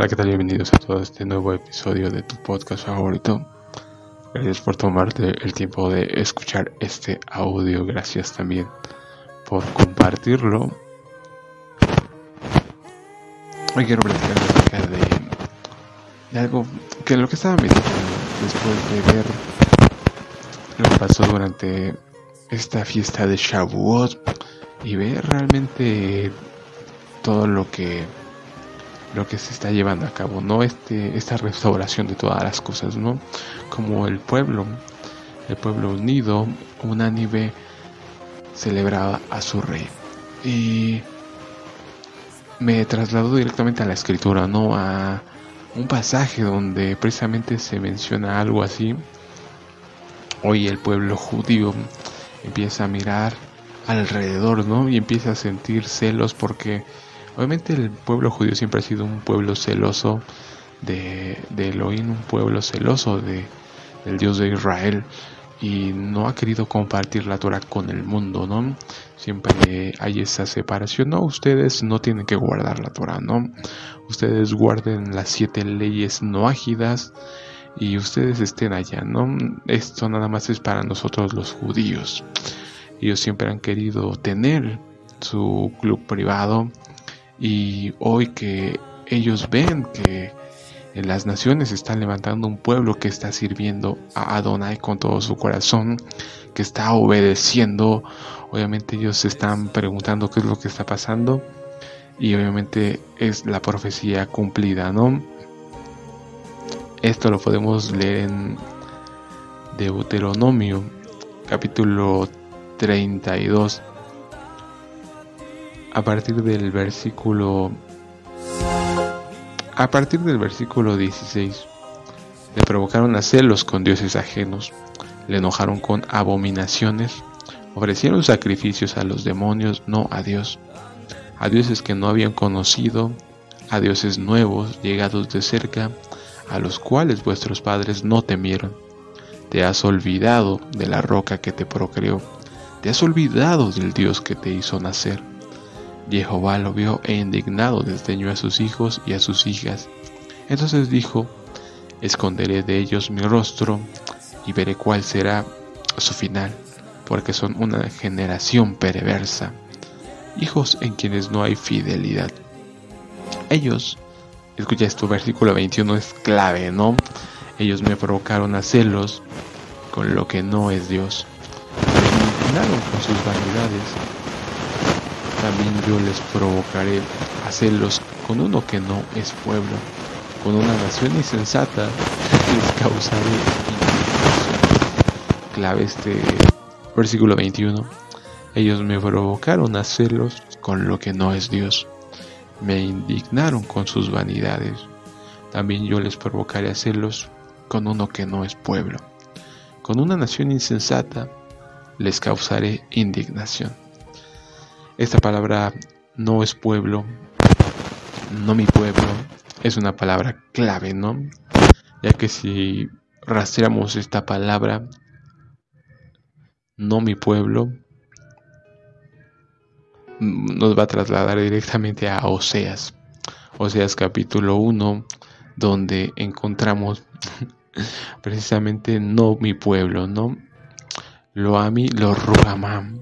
Hola, ¿qué tal? Bienvenidos a todo este nuevo episodio de tu podcast favorito. Gracias por tomarte el tiempo de escuchar este audio. Gracias también por compartirlo. Hoy quiero platicar acerca de algo que lo que estaba meditando después de ver lo que pasó durante esta fiesta de Shavuot y ver realmente todo lo que se está llevando a cabo, ¿no? Esta restauración de todas las cosas, ¿no? Como el pueblo unido, unánime, celebraba a su rey. Y me trasladó directamente a la escritura, ¿no? A un pasaje donde precisamente se menciona algo así. Hoy el pueblo judío empieza a mirar alrededor, ¿no? Y empieza a sentir celos porque obviamente el pueblo judío siempre ha sido un pueblo celoso de Elohim, un pueblo celoso del Dios de Israel, y no ha querido compartir la Torah con el mundo, ¿no? Siempre hay esa separación. No, ustedes no tienen que guardar la Torah, ¿no? Ustedes guarden las 7 leyes noágidas y ustedes estén allá, ¿no? Esto nada más es para nosotros los judíos. Ellos siempre han querido tener su club privado. Y hoy que ellos ven que en las naciones están levantando un pueblo que está sirviendo a Adonai con todo su corazón, que está obedeciendo, obviamente ellos se están preguntando qué es lo que está pasando, y obviamente es la profecía cumplida, ¿no? Esto lo podemos leer en Deuteronomio capítulo 32. A partir del versículo 16, le provocaron a celos con dioses ajenos, le enojaron con abominaciones, ofrecieron sacrificios a los demonios, no a Dios, a dioses que no habían conocido, a dioses nuevos, llegados de cerca, a los cuales vuestros padres no temieron. Te has olvidado de la roca que te procreó, te has olvidado del Dios que te hizo nacer. Jehová lo vio e indignado desdeñó a sus hijos y a sus hijas. Entonces dijo: esconderé de ellos mi rostro y veré cuál será su final, porque son una generación perversa, hijos en quienes no hay fidelidad. Ellos, escucha esto, versículo 21 es clave, ¿no? Ellos me provocaron a celos con lo que no es Dios, me indignaron con sus vanidades. También yo les provocaré a celos con uno que no es pueblo, con una nación insensata les causaré indignación. Clave este versículo 21. Ellos me provocaron a celos con lo que no es Dios, me indignaron con sus vanidades. También yo les provocaré a celos con uno que no es pueblo, con una nación insensata les causaré indignación. Esta palabra no es pueblo, no mi pueblo, es una palabra clave, ¿no? Ya que si rastreamos esta palabra, no mi pueblo, nos va a trasladar directamente a Oseas capítulo 1, donde encontramos precisamente no mi pueblo, ¿no? Lo ami, lo ruhamam.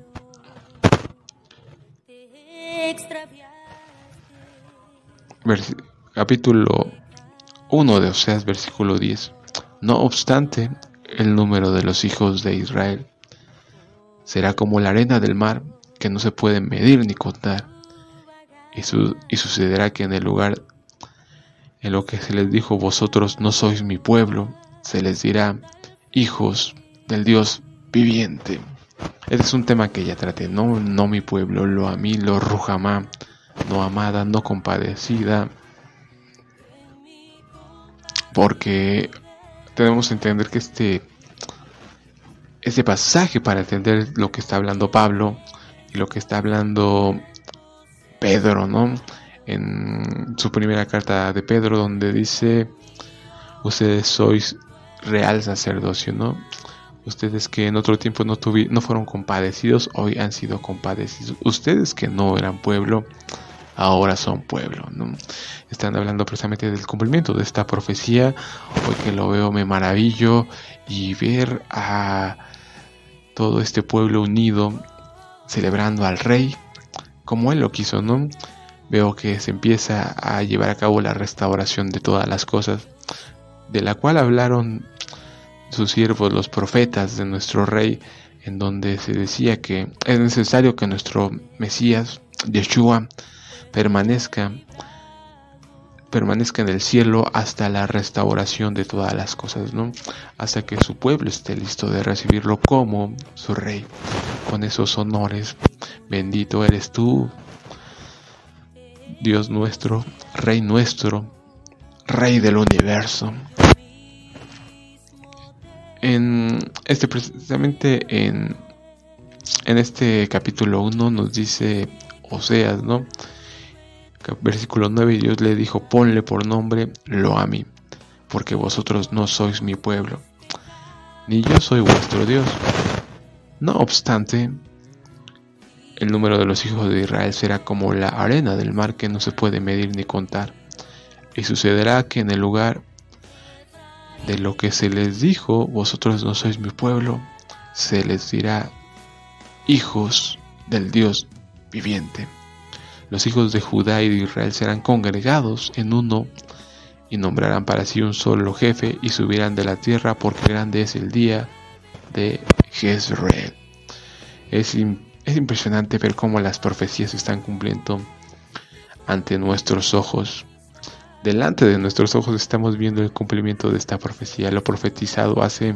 Capítulo 1 de Oseas, versículo 10. No obstante, el número de los hijos de Israel será como la arena del mar, que no se puede medir ni contar. Y sucederá que en el lugar en lo que se les dijo: vosotros no sois mi pueblo, se les dirá: hijos del Dios viviente. Este es un tema que ya traté, no mi pueblo, lo amí, lo ruhamá, no amada, no compadecida, porque tenemos que entender que este pasaje, para entender lo que está hablando Pablo y lo que está hablando Pedro, ¿no? En su primera carta de Pedro, donde dice: ustedes sois real sacerdocio, ¿no? Ustedes que en otro tiempo no fueron compadecidos, hoy han sido compadecidos. Ustedes que no eran pueblo, ahora son pueblo, ¿no? Están hablando precisamente del cumplimiento de esta profecía. Hoy que lo veo me maravillo y ver a todo este pueblo unido celebrando al rey como él lo quiso, ¿no? Veo que se empieza a llevar a cabo la restauración de todas las cosas, de la cual hablaron sus siervos los profetas de nuestro rey, en donde se decía que es necesario que nuestro Mesías, Yeshua, permanezca en el cielo hasta la restauración de todas las cosas, ¿no? Hasta que su pueblo esté listo de recibirlo como su rey, con esos honores. Bendito eres tú, Dios nuestro, Rey del universo. Precisamente en este capítulo 1 nos dice Oseas, ¿no? Versículo 9, Dios le dijo: ponle por nombre Lo-Ammi, porque vosotros no sois mi pueblo, ni yo soy vuestro Dios. No obstante, el número de los hijos de Israel será como la arena del mar, que no se puede medir ni contar. Y sucederá que en el lugar de lo que se les dijo, vosotros no sois mi pueblo, se les dirá: hijos del Dios viviente. Los hijos de Judá y de Israel serán congregados en uno, y nombrarán para sí un solo jefe, y subirán de la tierra, porque grande es el día de Jezreel. Es impresionante ver cómo las profecías se están cumpliendo ante nuestros ojos. Delante de nuestros ojos estamos viendo el cumplimiento de esta profecía, lo profetizado hace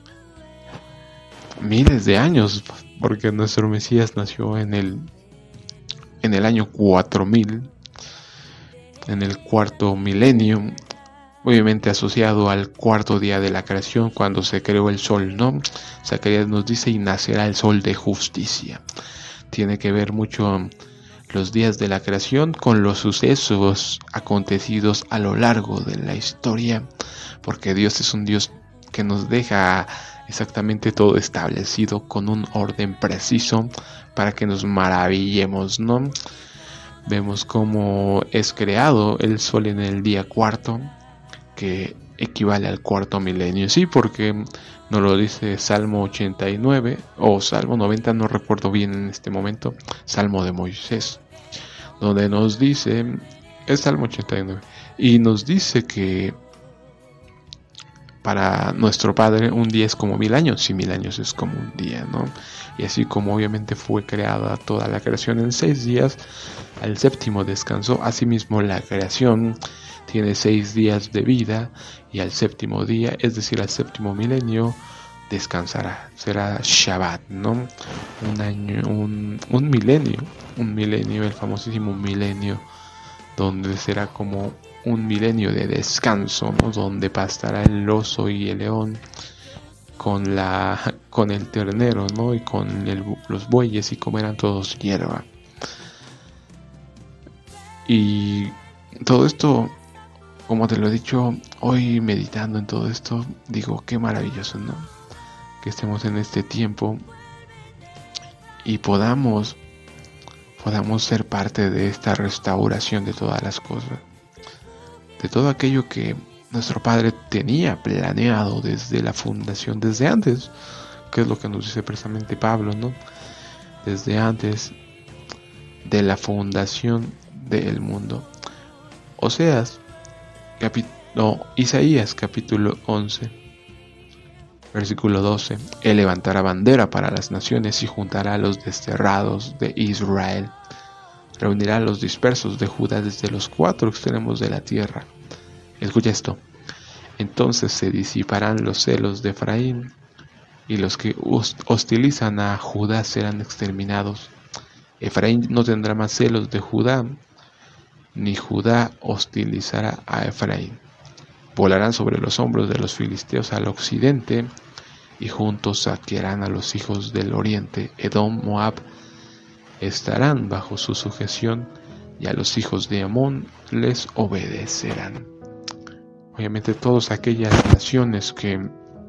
miles de años, porque nuestro Mesías nació en el año 4000, en el cuarto milenio, obviamente asociado al cuarto día de la creación, cuando se creó el sol, ¿no? Zacarías nos dice: y nacerá el sol de justicia. Tiene que ver mucho los días de la creación con los sucesos acontecidos a lo largo de la historia, porque Dios es un Dios que nos deja exactamente todo establecido con un orden preciso para que nos maravillemos, ¿no? Vemos cómo es creado el sol en el día cuarto, que equivale al cuarto milenio, sí, porque nos lo dice Salmo 89 o Salmo 90, no recuerdo bien en este momento, Salmo de Moisés, donde nos dice, es Salmo 89, y nos dice que para nuestro Padre un día es como 1000 años, y 1000 años es como un día, ¿no? Y así como obviamente fue creada toda la creación en 6 días, al séptimo descansó. Asimismo la creación tiene 6 días de vida, y al séptimo día, es decir, al séptimo milenio, descansará. Será Shabbat, ¿no? Un año, un milenio, el famosísimo milenio, donde será como un milenio de descanso, ¿no? Donde pastará el oso y el león con el ternero, ¿no? Y con los bueyes, y comerán todos hierba. Y todo esto, como te lo he dicho, hoy meditando en todo esto, digo, qué maravilloso, ¿no? Que estemos en este tiempo y podamos ser parte de esta restauración de todas las cosas, de todo aquello que nuestro Padre tenía planeado desde la fundación, desde antes, que es lo que nos dice precisamente Pablo, ¿no? Desde antes de la fundación del mundo. Isaías capítulo 11, versículo 12. Él levantará bandera para las naciones y juntará a los desterrados de Israel. Reunirá a los dispersos de Judá desde los 4 extremos de la tierra. Escucha esto. Entonces se disiparán los celos de Efraín, y los que hostilizan a Judá serán exterminados. Efraín no tendrá más celos de Judá, ni Judá hostilizará a Efraín. Volarán sobre los hombros de los filisteos al occidente, y juntos saquearán a los hijos del oriente. Edom, Moab estarán bajo su sujeción, y a los hijos de Amón les obedecerán. Obviamente todas aquellas naciones que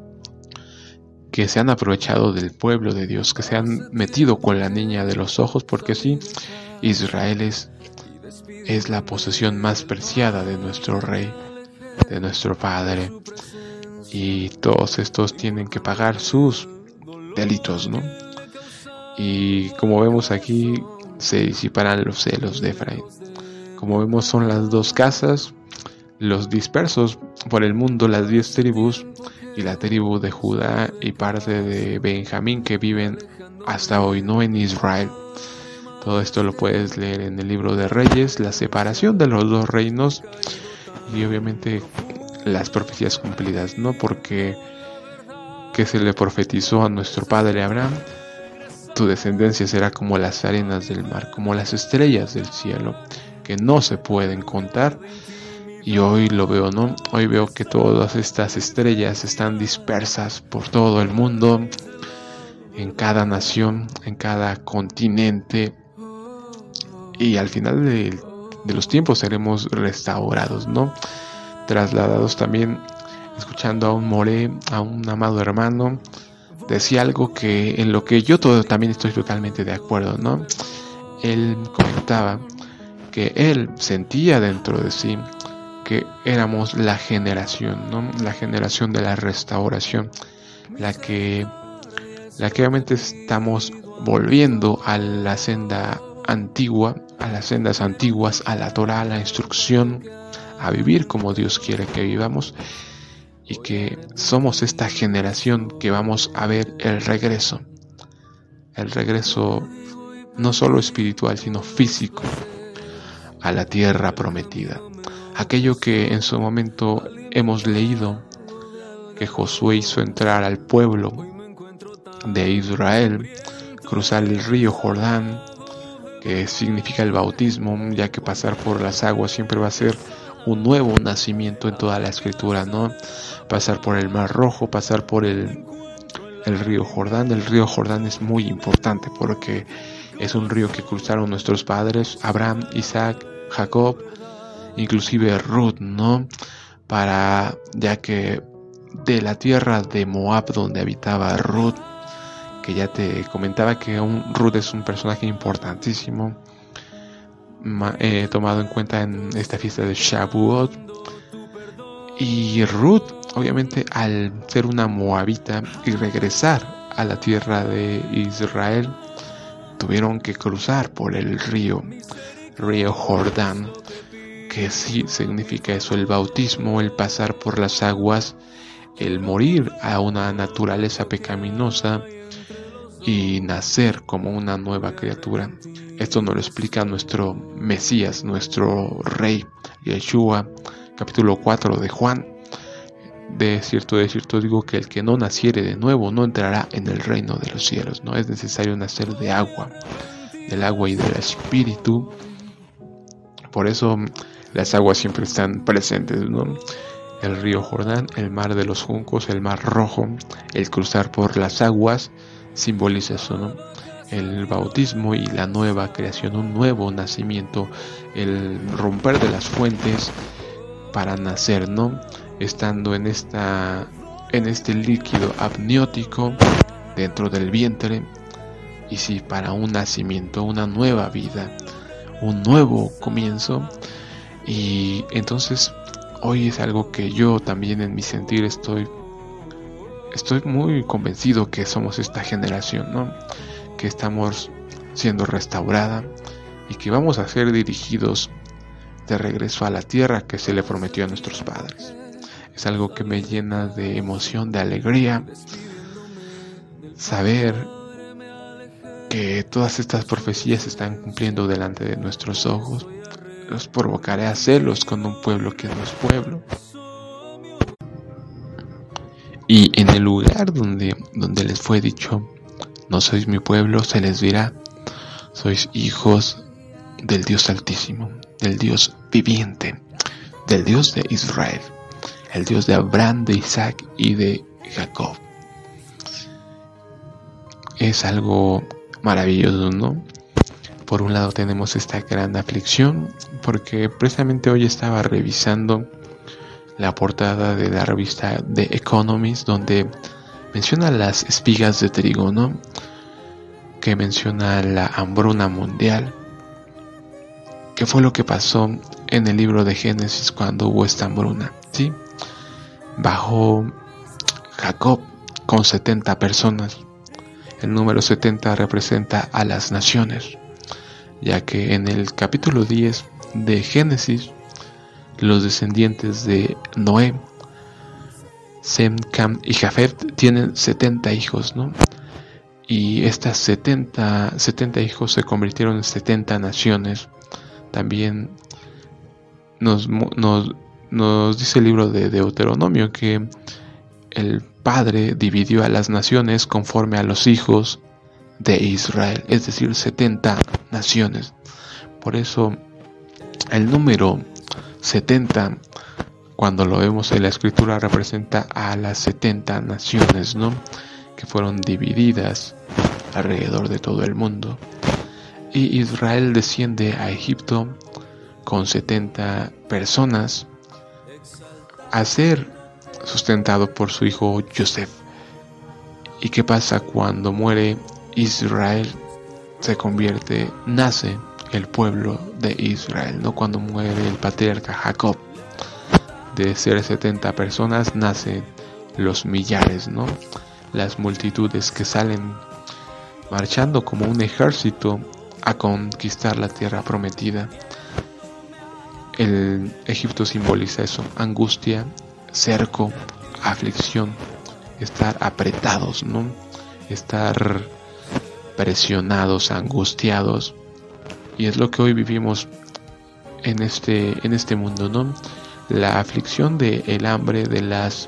se han aprovechado del pueblo de Dios, que se han metido con la niña de los ojos, porque sí, Israel es es la posesión más preciada de nuestro rey, de nuestro padre, y todos estos tienen que pagar sus delitos, ¿no? Y como vemos aquí, se disiparán los celos de Efraín. Como vemos, son las dos casas, los dispersos por el mundo, las 10 tribus, y la tribu de Judá y parte de Benjamín que viven hasta hoy, no en Israel. Todo esto lo puedes leer en el libro de Reyes, la separación de los dos reinos y obviamente las profecías cumplidas, ¿no? Porque que se le profetizó a nuestro padre Abraham: tu descendencia será como las arenas del mar, como las estrellas del cielo, que no se pueden contar. Y hoy lo veo, ¿no? Hoy veo que todas estas estrellas están dispersas por todo el mundo, en cada nación, en cada continente. Y al final de los tiempos seremos restaurados, ¿no? Trasladados también, escuchando a un Moré, a un amado hermano, decía algo que en lo que yo también estoy totalmente de acuerdo, ¿no? Él comentaba que él sentía dentro de sí que éramos la generación, ¿no? La generación de la restauración, la que obviamente estamos volviendo a la senda antigua, a las sendas antiguas, a la Torá, a la instrucción, a vivir como Dios quiere que vivamos, y que somos esta generación que vamos a ver el regreso no solo espiritual sino físico a la tierra prometida, aquello que en su momento hemos leído que Josué hizo entrar al pueblo de Israel, cruzar el río Jordán, que significa el bautismo, ya que pasar por las aguas siempre va a ser un nuevo nacimiento en toda la escritura, ¿no? Pasar por el Mar Rojo, pasar por el río Jordán. El río Jordán es muy importante porque es un río que cruzaron nuestros padres, Abraham, Isaac, Jacob, inclusive Ruth, ¿no? Ya que de la tierra de Moab donde habitaba Ruth, que ya te comentaba que Ruth es un personaje importantísimo, tomado en cuenta en esta fiesta de Shavuot. Y Ruth, obviamente, al ser una moabita y regresar a la tierra de Israel, tuvieron que cruzar por el río Jordán, que sí significa eso, el bautismo, el pasar por las aguas, el morir a una naturaleza pecaminosa y nacer como una nueva criatura. Esto nos lo explica nuestro Mesías, nuestro Rey, Yeshua, capítulo 4 de Juan. De cierto digo que el que no naciere de nuevo no entrará en el reino de los cielos. No es necesario nacer de agua, del agua y del espíritu. Por eso las aguas siempre están presentes, ¿no? El río Jordán, el mar de los juncos, el mar rojo, el cruzar por las aguas simboliza eso, ¿no? El bautismo y la nueva creación, un nuevo nacimiento, el romper de las fuentes para nacer, ¿no? Estando en este líquido amniótico dentro del vientre, y sí, para un nacimiento, una nueva vida, un nuevo comienzo. Y entonces hoy es algo que yo también en mi sentir estoy muy convencido que somos esta generación, ¿no? Que estamos siendo restaurada y que vamos a ser dirigidos de regreso a la tierra que se le prometió a nuestros padres. Es algo que me llena de emoción, de alegría, saber que todas estas profecías se están cumpliendo delante de nuestros ojos. Los provocaré a celos con un pueblo que no es pueblo. Y en el lugar donde les fue dicho, no sois mi pueblo, se les dirá, sois hijos del Dios Altísimo, del Dios viviente, del Dios de Israel, el Dios de Abraham, de Isaac y de Jacob. Es algo maravilloso, ¿no? Por un lado tenemos esta gran aflicción, porque precisamente hoy estaba revisando la portada de la revista The Economist, donde menciona las espigas de trigo, ¿no? Que menciona la hambruna mundial, ¿qué fue lo que pasó en el libro de Génesis cuando hubo esta hambruna? ¿Sí? Bajó Jacob con 70 personas. El número 70 representa a las naciones, ya que en el capítulo 10 de Génesis, los descendientes de Noé, Sem, Cam y Jafet, tienen 70 hijos, ¿no? Y estas 70 hijos se convirtieron en 70 naciones. También nos dice el libro de Deuteronomio que el Padre dividió a las naciones conforme a los hijos de Israel, es decir, 70 naciones. Por eso el número 70, cuando lo vemos en la escritura, representa a las 70 naciones, ¿no?, que fueron divididas alrededor de todo el mundo. Y Israel desciende a Egipto con 70 personas a ser sustentado por su hijo Joseph. ¿Y qué pasa cuando muere Israel? Nace el pueblo de Israel, ¿no? Cuando muere el patriarca Jacob, de ser 70 personas nacen los millares, ¿no? Las multitudes que salen marchando como un ejército a conquistar la tierra prometida. El Egipto simboliza eso: angustia, cerco, aflicción, estar apretados, ¿no? Estar presionados, angustiados. Y es lo que hoy vivimos en este mundo, ¿no? La aflicción del hambre, de las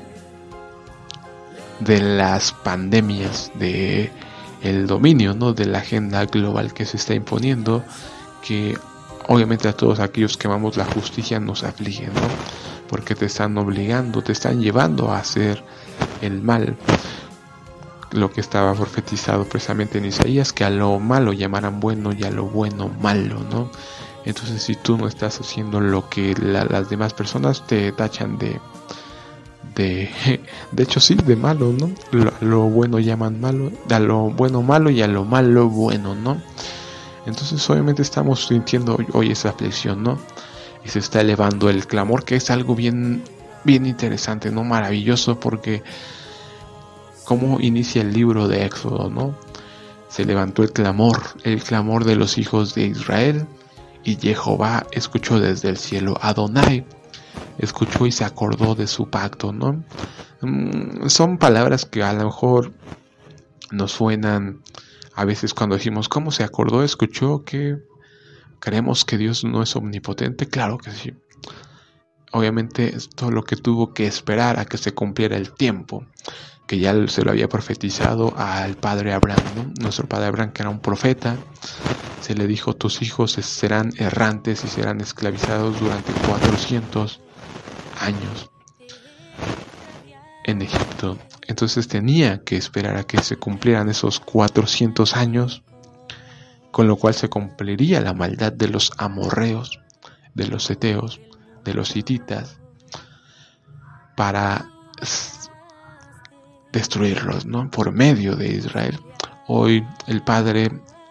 pandemias, de el dominio, ¿no?, de la agenda global que se está imponiendo, que obviamente a todos aquellos que amamos la justicia nos aflige, ¿no? Porque te están obligando, te están llevando a hacer el mal. Lo que estaba profetizado precisamente en Isaías, que a lo malo llamarán bueno y a lo bueno malo, ¿no? Entonces, si tú no estás haciendo lo que las demás personas, te tachan de hecho sí, de malo, ¿no? Lo bueno llaman malo, a lo bueno malo y a lo malo bueno, ¿no? Entonces obviamente estamos sintiendo hoy esa aflicción, ¿no? Y se está elevando el clamor, que es algo bien interesante, ¿no? Maravilloso, porque cómo inicia el libro de Éxodo, ¿no? Se levantó el clamor de los hijos de Israel, y Jehová escuchó desde el cielo. Adonai escuchó y se acordó de su pacto, ¿no? Son palabras que a lo mejor nos suenan a veces cuando decimos, ¿cómo se acordó? ¿Escuchó? ¿Que creemos que Dios no es omnipotente? Claro que sí. Obviamente es todo lo que tuvo que esperar a que se cumpliera el tiempo, que ya se lo había profetizado al padre Abraham, ¿no? Nuestro padre Abraham, que era un profeta, se le dijo: tus hijos serán errantes y serán esclavizados durante 400 años en Egipto. Entonces tenía que esperar a que se cumplieran esos 400 años, con lo cual se cumpliría la maldad de los amorreos, de los heteos, de los hititas, para destruirlos, ¿no?, por medio de Israel. Hoy el Padre,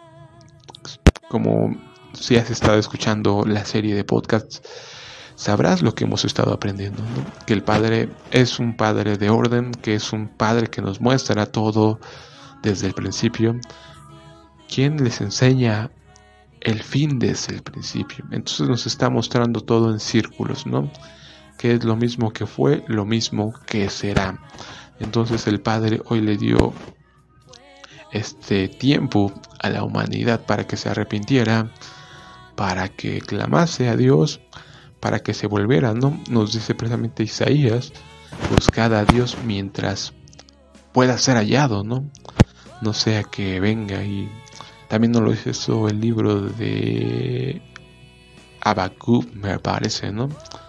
como si has estado escuchando la serie de podcasts, sabrás lo que hemos estado aprendiendo, ¿no? Que el Padre es un Padre de orden, que es un Padre que nos muestra todo desde el principio, quien les enseña el fin desde el principio. Entonces nos está mostrando todo en círculos, ¿no? Que es lo mismo que fue, lo mismo que será. Entonces el Padre hoy le dio este tiempo a la humanidad para que se arrepintiera, para que clamase a Dios, para que se volviera, ¿no? Nos dice precisamente Isaías: buscad a Dios mientras pueda ser hallado, ¿no? No sea que venga. Y también nos lo dice eso el libro de Habacuc, me parece, ¿no?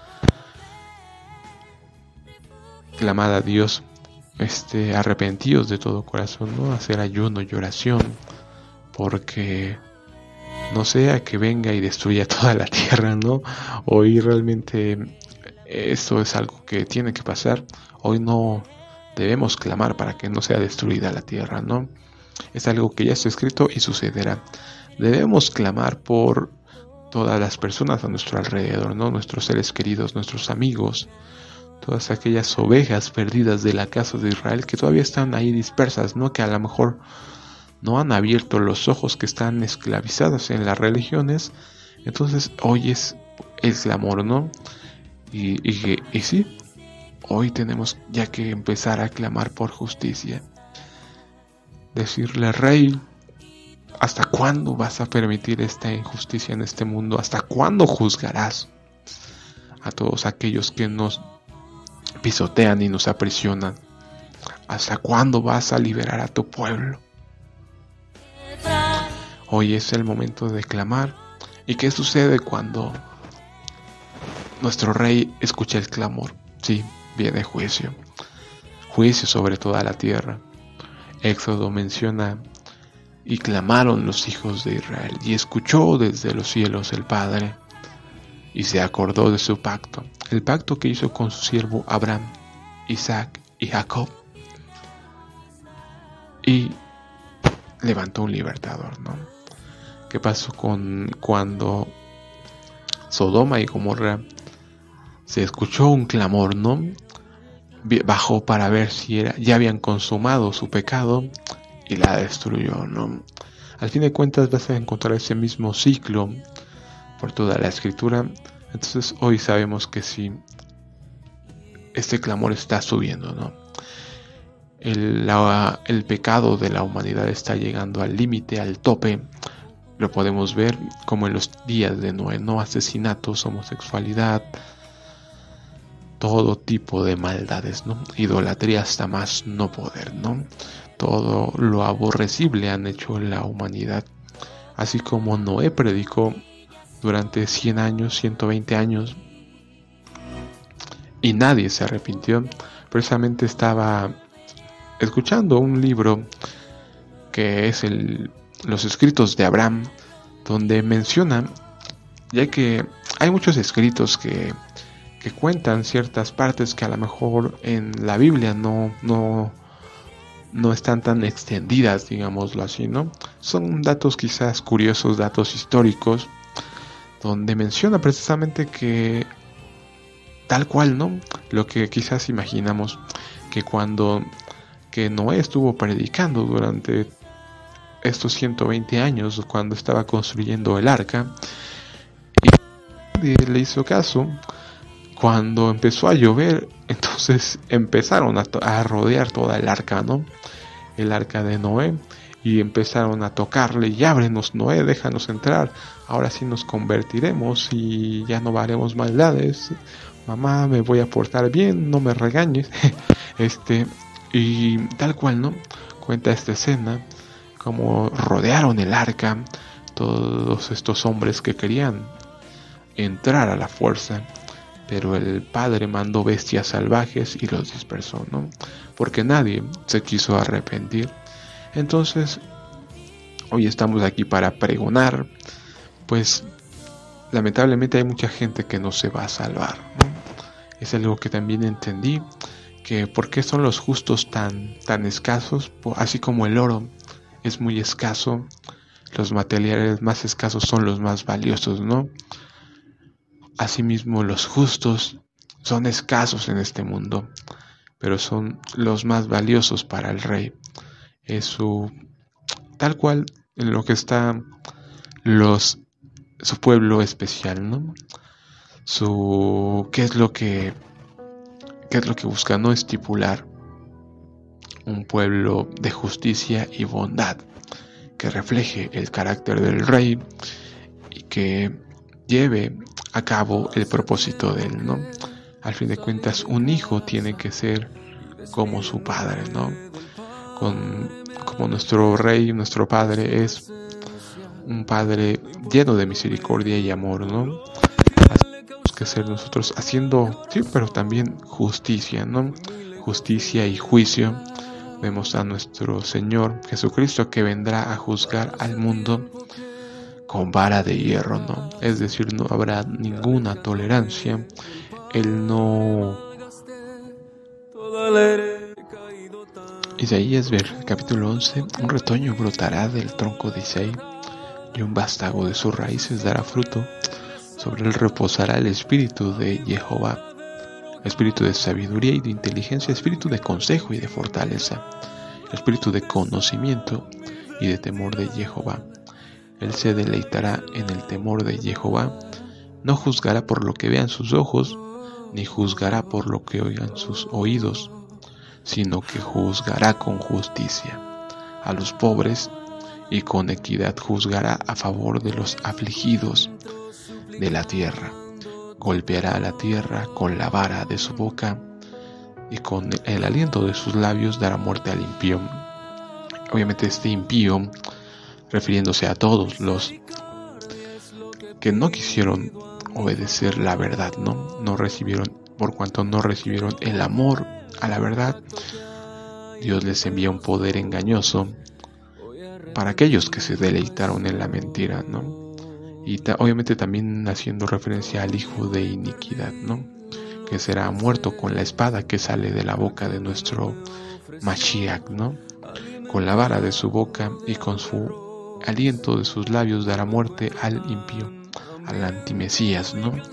Clamad a Dios, arrepentidos de todo corazón, ¿no? Hacer ayuno y oración, porque no sea que venga y destruya toda la tierra, ¿no? Hoy realmente esto es algo que tiene que pasar. Hoy no debemos clamar para que no sea destruida la tierra, ¿no? Es algo que ya está escrito y sucederá. Debemos clamar por todas las personas a nuestro alrededor, ¿no? Nuestros seres queridos, nuestros amigos, todas aquellas ovejas perdidas de la casa de Israel que todavía están ahí dispersas, ¿no? Que a lo mejor no han abierto los ojos, que están esclavizadas en las religiones. Entonces hoy es el clamor, ¿no? Y sí, hoy tenemos ya que empezar a clamar por justicia. Decirle, Rey, ¿hasta cuándo vas a permitir esta injusticia en este mundo? ¿Hasta cuándo juzgarás a todos aquellos que nos pisotean y nos aprisionan? ¿Hasta cuándo vas a liberar a tu pueblo? Hoy es el momento de clamar. ¿Y qué sucede cuando nuestro Rey escucha el clamor? Sí, viene juicio. Juicio sobre toda la tierra. Éxodo menciona: y clamaron los hijos de Israel, y escuchó desde los cielos el Padre, y se acordó de su pacto, el pacto que hizo con su siervo Abraham, Isaac y Jacob, y levantó un libertador, ¿no? ¿Qué pasó cuando Sodoma y Gomorra se escuchó un clamor, ¿no? Bajó para ver si ya habían consumado su pecado y la destruyó, ¿no? Al fin de cuentas vas a encontrar ese mismo ciclo por toda la escritura. Entonces hoy sabemos que sí, este clamor está subiendo, ¿no? El pecado de la humanidad está llegando al límite, al tope. Lo podemos ver como en los días de Noé, ¿no? Asesinatos, homosexualidad, todo tipo de maldades, ¿no? Idolatría hasta más no poder, ¿no? Todo lo aborrecible han hecho la humanidad. Así como Noé predicó durante 100 años, 120 años, y nadie se arrepintió. Precisamente estaba escuchando un libro que es los escritos de Abraham, donde menciona, ya que hay muchos escritos que cuentan ciertas partes que a lo mejor en la Biblia no están tan extendidas, digámoslo así, ¿no? Son datos quizás curiosos, datos históricos, donde menciona precisamente que tal cual, ¿no? Lo que quizás imaginamos, que Noé estuvo predicando durante estos 120 años, cuando estaba construyendo el arca, y le hizo caso. Cuando empezó a llover, entonces empezaron a rodear toda el arca, ¿no? El arca de Noé, y empezaron a tocarle: y ábrenos, Noé, déjanos entrar, ahora sí nos convertiremos y ya no haremos maldades, mamá, me voy a portar bien, no me regañes. Y tal cual, ¿no? Cuenta esta escena, como rodearon el arca todos estos hombres que querían entrar a la fuerza, pero el Padre mandó bestias salvajes y los dispersó, ¿no? Porque nadie se quiso arrepentir. Entonces, hoy estamos aquí para pregonar, pues lamentablemente hay mucha gente que no se va a salvar, ¿no? Es algo que también entendí, que por qué son los justos tan escasos, así como el oro es muy escaso, los materiales más escasos son los más valiosos, ¿no? Asimismo, los justos son escasos en este mundo, pero son los más valiosos para el Rey. Es tal cual en lo que está su pueblo especial, ¿no? ¿Qué es lo que busca? No estipular un pueblo de justicia y bondad que refleje el carácter del Rey y que lleve a cabo el propósito de él, ¿no? Al fin de cuentas, un hijo tiene que ser como su padre, ¿no? Como nuestro Rey, nuestro Padre es un Padre lleno de misericordia y amor, ¿no? Así tenemos que ser nosotros, haciendo, sí, pero también justicia, ¿no? Justicia y juicio. Vemos a nuestro Señor Jesucristo, que vendrá a juzgar al mundo con vara de hierro, ¿no? Es decir, no habrá ninguna tolerancia. Él no... Isaías, capítulo 11: un retoño brotará del tronco de Isaí, y un vástago de sus raíces dará fruto. Sobre él reposará el espíritu de Jehová, espíritu de sabiduría y de inteligencia, espíritu de consejo y de fortaleza, espíritu de conocimiento y de temor de Jehová. Él se deleitará en el temor de Jehová, no juzgará por lo que vean sus ojos, ni juzgará por lo que oigan sus oídos, sino que juzgará con justicia a los pobres y con equidad juzgará a favor de los afligidos de la tierra. Golpeará a la tierra con la vara de su boca y con el aliento de sus labios dará muerte al impío. Obviamente este impío, refiriéndose a todos los que no quisieron obedecer la verdad, no recibieron, por cuanto no recibieron el amor a la verdad, Dios les envía un poder engañoso para aquellos que se deleitaron en la mentira, y obviamente también haciendo referencia al hijo de iniquidad, que será muerto con la espada que sale de la boca de nuestro Mashiach, con la vara de su boca y con su aliento de sus labios dará muerte al impío, al antimesías,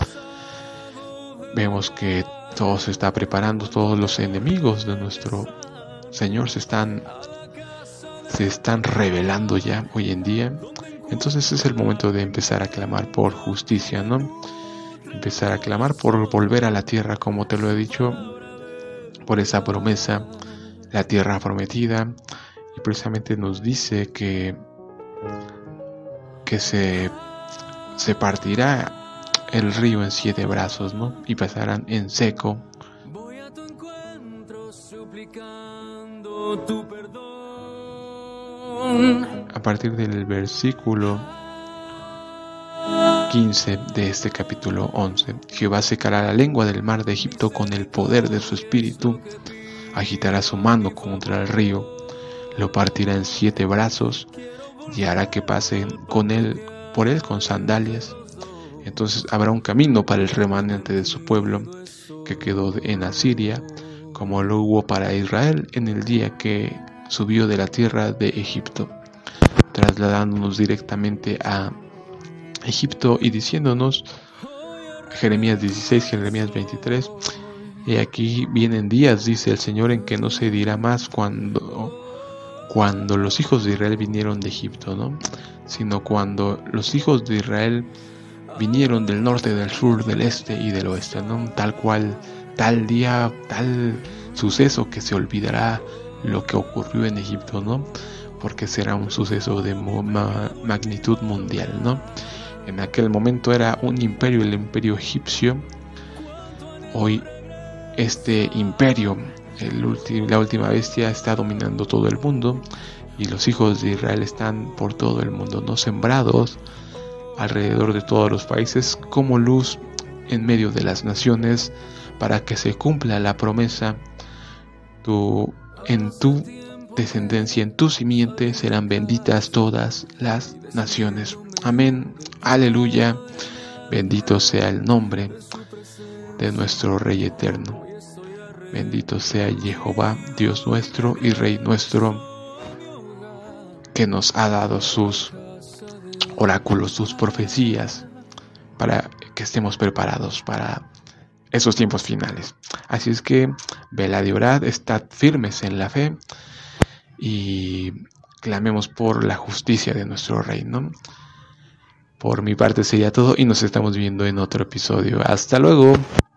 Vemos que todo se está preparando, todos los enemigos de nuestro Señor se están revelando ya hoy en día. Entonces es el momento de empezar a clamar por justicia, empezar a clamar por volver a la tierra, como te lo he dicho, por esa promesa, la tierra prometida. Y precisamente nos dice que se partirá el río en 7 brazos, y pasarán en seco. Voy a tu encuentro suplicando tu perdón. A partir del versículo 15 de este capítulo 11, Jehová secará la lengua del mar de Egipto con el poder de su espíritu, agitará su mano contra el río, lo partirá en 7 brazos y hará que pasen por él con sandalias. Entonces habrá un camino para el remanente de su pueblo que quedó en Asiria, como lo hubo para Israel en el día que subió de la tierra de Egipto, trasladándonos directamente a Egipto y diciéndonos, Jeremías 16, Jeremías 23, y aquí vienen días, dice el Señor, en que no se dirá más cuando los hijos de Israel vinieron de Egipto, sino cuando los hijos de Israel vinieron del norte, del sur, del este y del oeste, tal cual, tal día, tal suceso que se olvidará lo que ocurrió en Egipto, porque será un suceso de magnitud mundial, En aquel momento era un imperio, el imperio egipcio. Hoy este imperio, la última bestia, está dominando todo el mundo y los hijos de Israel están por todo el mundo, sembrados alrededor de todos los países como luz en medio de las naciones, para que se cumpla la promesa: en tu descendencia, en tu simiente serán benditas todas las naciones. Amén, aleluya, bendito sea el nombre de nuestro Rey eterno, bendito sea Jehová, Dios nuestro y Rey nuestro, que nos ha dado sus oráculos, sus profecías, para que estemos preparados para esos tiempos finales. Así es que velad y orad, estad firmes en la fe y clamemos por la justicia de nuestro reino. Por mi parte sería todo y nos estamos viendo en otro episodio. Hasta luego.